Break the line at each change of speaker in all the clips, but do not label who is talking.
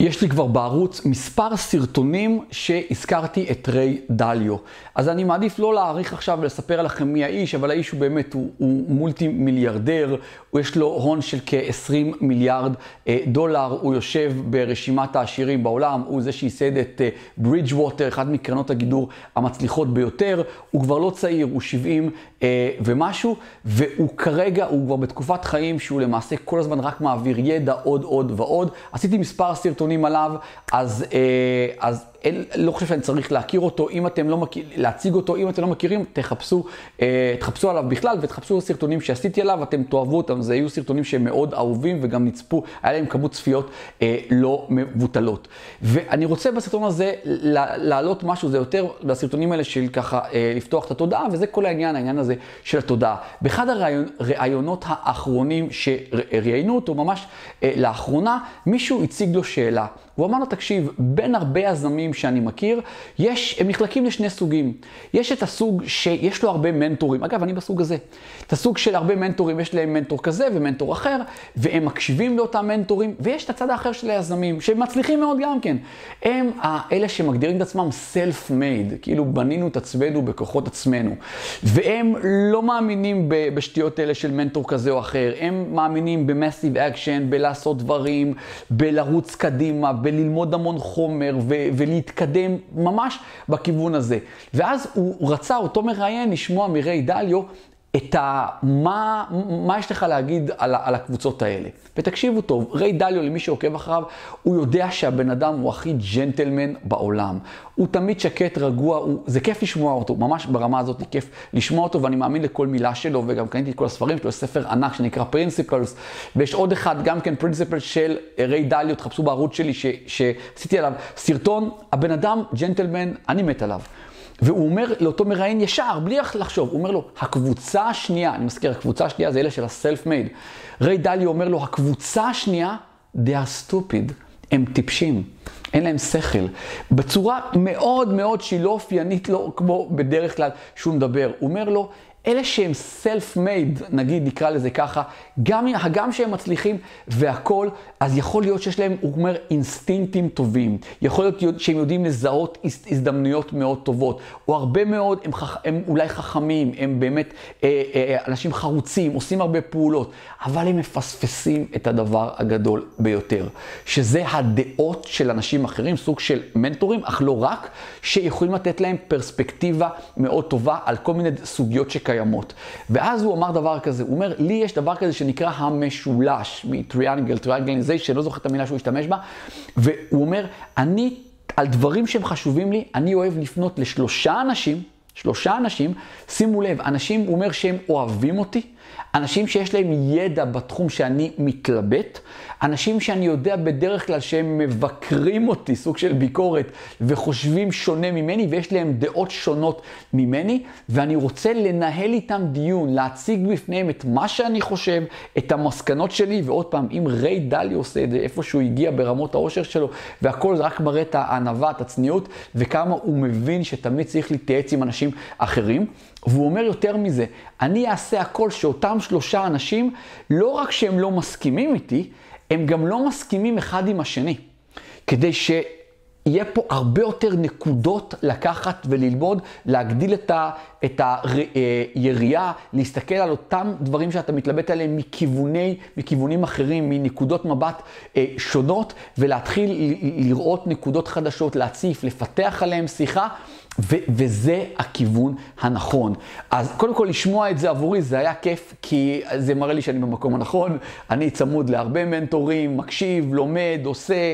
יש לי כבר בערוץ מספר סרטונים שהזכרתי את ריי דליו. אז אני מעדיף לא להאריך עכשיו ולספר לכם מי האיש, אבל האיש הוא באמת, הוא מולטי מיליארדר, יש לו הון של כ-20 מיליארד דולר, הוא יושב ברשימת העשירים בעולם, הוא זה שייסד את ברידג'ווטר, אחד מקרנות הגידור המצליחות ביותר, הוא כבר לא צעיר, הוא 70 ומשהו, והוא כרגע, הוא כבר בתקופת חיים שהוא למעשה כל הזמן רק מעביר ידע עוד ועוד. עשיתי מספר סרטונים עליו, אז לא חושב שאני צריך להכיר אותו, אם אתם לא להציג אותו, אם אתם לא מכירים, תחפשו עליו בכלל ותחפשו סרטונים שעשיתי עליו, אתם תאהבו אותם, זה היו סרטונים שהם מאוד אהובים וגם נצפו, היה להם כמות צפיות לא מבוטלות. ואני רוצה בסרטון הזה להעלות משהו, זה יותר בסרטונים האלה של ככה לפתוח את התודעה, וזה כל העניין הזה של התודעה. באחד הראיונות האחרונים שראיינו אותו ממש לאחרונה, מישהו הציג לו שאלה. הוא אמר לו, תקשיב, בין הרבה יזמים שאני מכיר, הם נחלקים לשני סוגים. יש את הסוג שיש לו הרבה מנטורים. אגב, אני בסוג הזה. את הסוג של הרבה מנטורים, יש להם מנטור כזה ומנטור אחר, והם מקשיבים לאותם מנטורים, ויש את הצד האחר של היזמים, שהם מצליחים מאוד גם כן. הם אלה שמגדירים את עצמם self-made, כאילו בנינו את עצמנו בכוחות עצמנו. והם לא מאמינים בשטויות אלה של מנטור כזה או אחר. הם מאמינים ב-massive action, בלעשות דברים, בלרוץ קדימה, בללמוד המון חומר ולהתקדם ממש בכיוון הזה. ואז הוא רצה, אותו מראיין, לשמוע מריי דליו מה יש לך להגיד על הקבוצות האלה. ותקשיבו טוב, ריי דליו, למי שעוקב אחריו, הוא יודע שהבן אדם הוא הכי ג'נטלמן בעולם. הוא תמיד שקט, רגוע, זה כיף לשמוע אותו, ממש ברמה הזאת כיף לשמוע אותו, ואני מאמין לכל מילה שלו, וגם קניתי את כל הספרים שלו, יש ספר ענק שנקרא Principles, ויש עוד אחד, גם כן Principles של ריי דליו, תחפשו בערוץ שלי שעשיתי עליו סרטון, הבן אדם ג'נטלמן, אני מת עליו. והוא אומר לאותו מראיין ישר, בלי לחשוב, הוא אומר לו, הקבוצה השנייה, אני מזכיר, הקבוצה השנייה זה אלה של ה-self-made. ריי דליו אומר לו, הקבוצה השנייה, they are stupid, הם טיפשים, אין להם שכל. בצורה מאוד מאוד שהיא לא אופיינית לו, כמו בדרך כלל שהוא מדבר. הוא אומר לו, אלה שהם self-made, נגיד, נקרא לזה ככה, גם שהם מצליחים והכל, אז יכול להיות שיש להם, הוא אומר, אינסטינקטים טובים. יכול להיות שהם יודעים לזהות הזדמנויות מאוד טובות. או הרבה מאוד, הם אולי חכמים, הם באמת אנשים חרוצים, עושים הרבה פעולות, אבל הם מפספסים את הדבר הגדול ביותר. שזה הדעות של אנשים אחרים, סוג של מנטורים, אך לא רק, שיכולים לתת להם פרספקטיבה מאוד טובה על כל מיני סוגיות שקיימות. ואז הוא אמר דבר כזה, הוא אומר, לי יש דבר כזה שנקרא המשולש, triangulation, לא זוכר את המילה שהוא השתמש בה, והוא אומר, על דברים שהם חשובים לי, אני אוהב לפנות לשלושה אנשים, שימו לב, אנשים, הוא אומר שהם אוהבים אותי, אנשים שיש להם ידע בתחום שאני מתלבט, אנשים שאני יודע בדרך כלל שהם מבקרים אותי, סוג של ביקורת, וחושבים שונה ממני, ויש להם דעות שונות ממני, ואני רוצה לנהל איתם דיון, להציג בפניהם את מה שאני חושב, את המסקנות שלי, ועוד פעם, אם ריי דליו עושה את זה, איפה שהוא הגיע ברמות העושר שלו, והכל זה רק מראה את הענווה, את הצניעות, וכמה הוא מבין שתמיד צריך להתייעץ עם אנשים אחרים. והוא אומר יותר מזה, אני אעשה הכל שאותם שלושה אנשים, לא רק שהם לא מסכימים איתי, הם גם לא מסכימים אחד עם השני. כדי שיהיה פה הרבה יותר נקודות לקחת וללמוד, להגדיל את היריעה, להסתכל על אותם דברים שאתה מתלבט עליהם מכיוונים אחרים, מנקודות מבט שונות, ולהתחיל לראות נקודות חדשות, להציף, לפתח עליהם שיחה, וזה הכיוון הנכון. אז קודם כל לשמוע את זה עבורי זה היה כיף, כי זה מראה לי שאני במקום הנכון, אני צמוד להרבה מנטורים, מקשיב, לומד, עושה,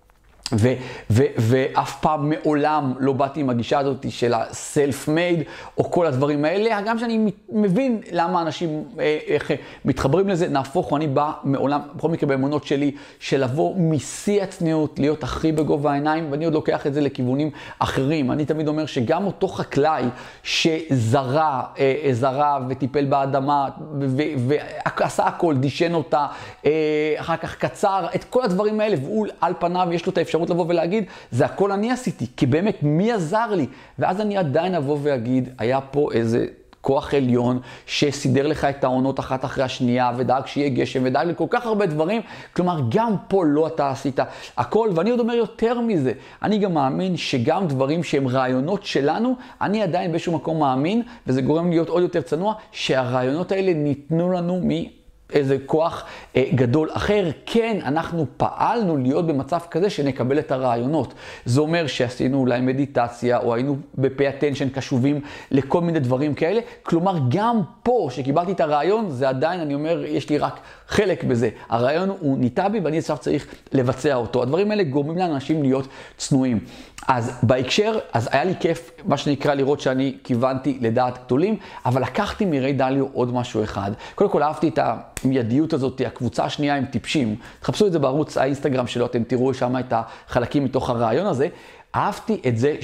ואף פעם מעולם לא באתי עם הגישה הזאת של ה-self-made או כל הדברים האלה, גם שאני מבין למה אנשים מתחברים לזה, נהפוך, אני בא מעולם, בכל מקרה באמונות שלי, של לבוא משיא הצניעות, להיות הכי בגובה העיניים, ואני עוד לוקח את זה לכיוונים אחרים. אני תמיד אומר שגם אותו חקלאי שזרה וטיפל באדמה, ועשה הכל, דישן אותה, אחר כך קצר, את כל הדברים האלה, והוא על פניו יש לו את האפשרות לבוא ולהגיד, זה הכל אני עשיתי, כי באמת מי עזר לי? ואז אני עדיין אבוא ואגיד, היה פה איזה כוח עליון שסידר לך את העונות אחת אחרי השנייה, ודאג שיהיה גשם, ודאג לכל כך הרבה דברים. כלומר, גם פה לא אתה עשית הכל, ואני עוד אומר יותר מזה. אני גם מאמין שגם דברים שהם רעיונות שלנו, אני עדיין באיזשהו מקום מאמין, וזה גורם להיות עוד יותר צנוע, שהרעיונות האלה ניתנו לנו איזה כוח גדול אחר. כן, אנחנו פעלנו להיות במצב כזה שנקבל את הרעיונות. זה אומר שעשינו אולי מדיטציה, או היינו בפי אטנשן קשובים לכל מיני דברים כאלה. כלומר, גם פה שקיבלתי את הרעיון, זה עדיין, אני אומר, יש לי רק חלק בזה. הרעיון הוא ניטע בי, ואני עכשיו צריך לבצע אותו. הדברים האלה גורמים לאנשים להיות צנועים. אז בהקשר, אז היה לי כיף, מה שנקרא, לראות שאני כיוונתי לדעת גדולים, אבל לקחתי מריי דליו עוד משהו אחד. קודם כל, אהבתי את המיידיות הזאת, הקבוצה השנייה עם טיפשים. תחפשו את זה בערוץ האינסטגרם שלו, אתם תראו שם את החלקים מתוך הרעיון הזה. אהבתי את זה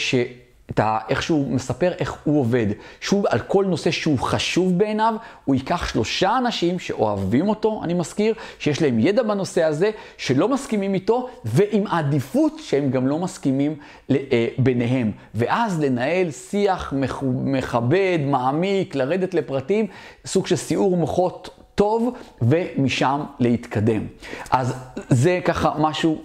איך שהוא מספר איך הוא עובד. שהוא על כל נושא שהוא חשוב בעיניו, הוא ייקח 3 אנשים שאוהבים אותו, אני מזכיר, שיש להם ידע בנושא הזה, שלא מסכימים איתו, ועם עדיפות שהם גם לא מסכימים ביניהם. ואז לנהל שיח מכבד, מעמיק, לרדת לפרטים, סוג של סיעור מוחות טוב, ומשם להתקדם. אז זה ככה משהו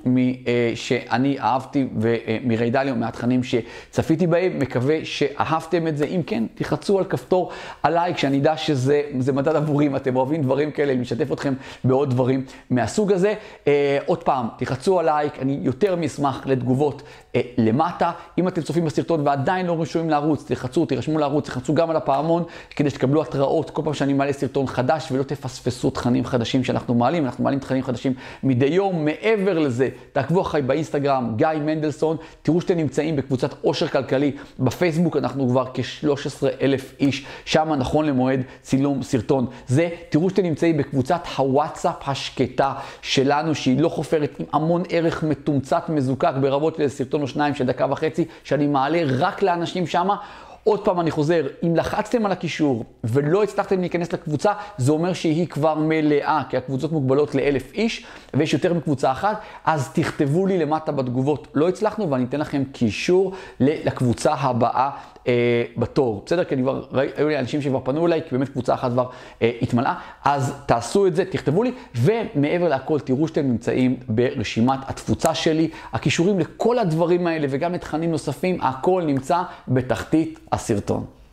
שאני אהבתי מריי דליו, מהתכנים שצפיתי בהם. מקווה שאהבתם את זה. אם כן, תחצו על כפתור הלייק, שאני יודע שזה מדד עבורי. אם אתם אוהבים דברים כאלה, אני משתף אתכם בעוד דברים מהסוג הזה. עוד פעם, תחצו על לייק, אני יותר משמח לתגובות למטה. אם אתם צופים בסרטון ועדיין לא רשומים לערוץ, תירשמו לערוץ, תחצו גם על הפעמון, כדי שתקבלו התראות כל פעם שאני מעלה סרטון חדש, ולא תפספסו תכנים חדשים שאנחנו מעלים. אנחנו מעלים תכנים חדשים מדי יום. מעבר לזה, תעקבו אחרי באינסטגרם, גיא מנדלסון. תראו שאתם נמצאים בקבוצת עושר כלכלי. בפייסבוק אנחנו כבר כ-13,000 איש. שם נכון למועד צילום סרטון זה. תראו שאתם נמצאים בקבוצת הוואטסאפ השקטה שלנו, שהיא לא חופרת, עם המון ערך מתומצת מזוקק ברבות לסרטון או 2 של 1.5 דקות, שאני מעלה רק לאנשים שמה. עוד פעם אני חוזר, אם לחצתם על הקישור ולא הצלחתם להיכנס לקבוצה, זה אומר שהיא כבר מלאה, כי הקבוצות מוגבלות ל1,000 איש, ויש יותר מקבוצה אחת, אז תכתבו לי למטה בתגובות, לא הצלחנו, ואני אתן לכם קישור לקבוצה הבאה בתור. בסדר? כי היו לי אנשים שכבר פנו אליי, כי באמת קבוצה אחת כבר התמלאה, אז תעשו את זה, תכתבו לי, ומעבר להכל תראו שאתם נמצאים ברשימת התפוצה שלי. הקישורים לכל הדברים האלה וגם לתכנים נוספים, הכל נמצא בתחתית הסרטון.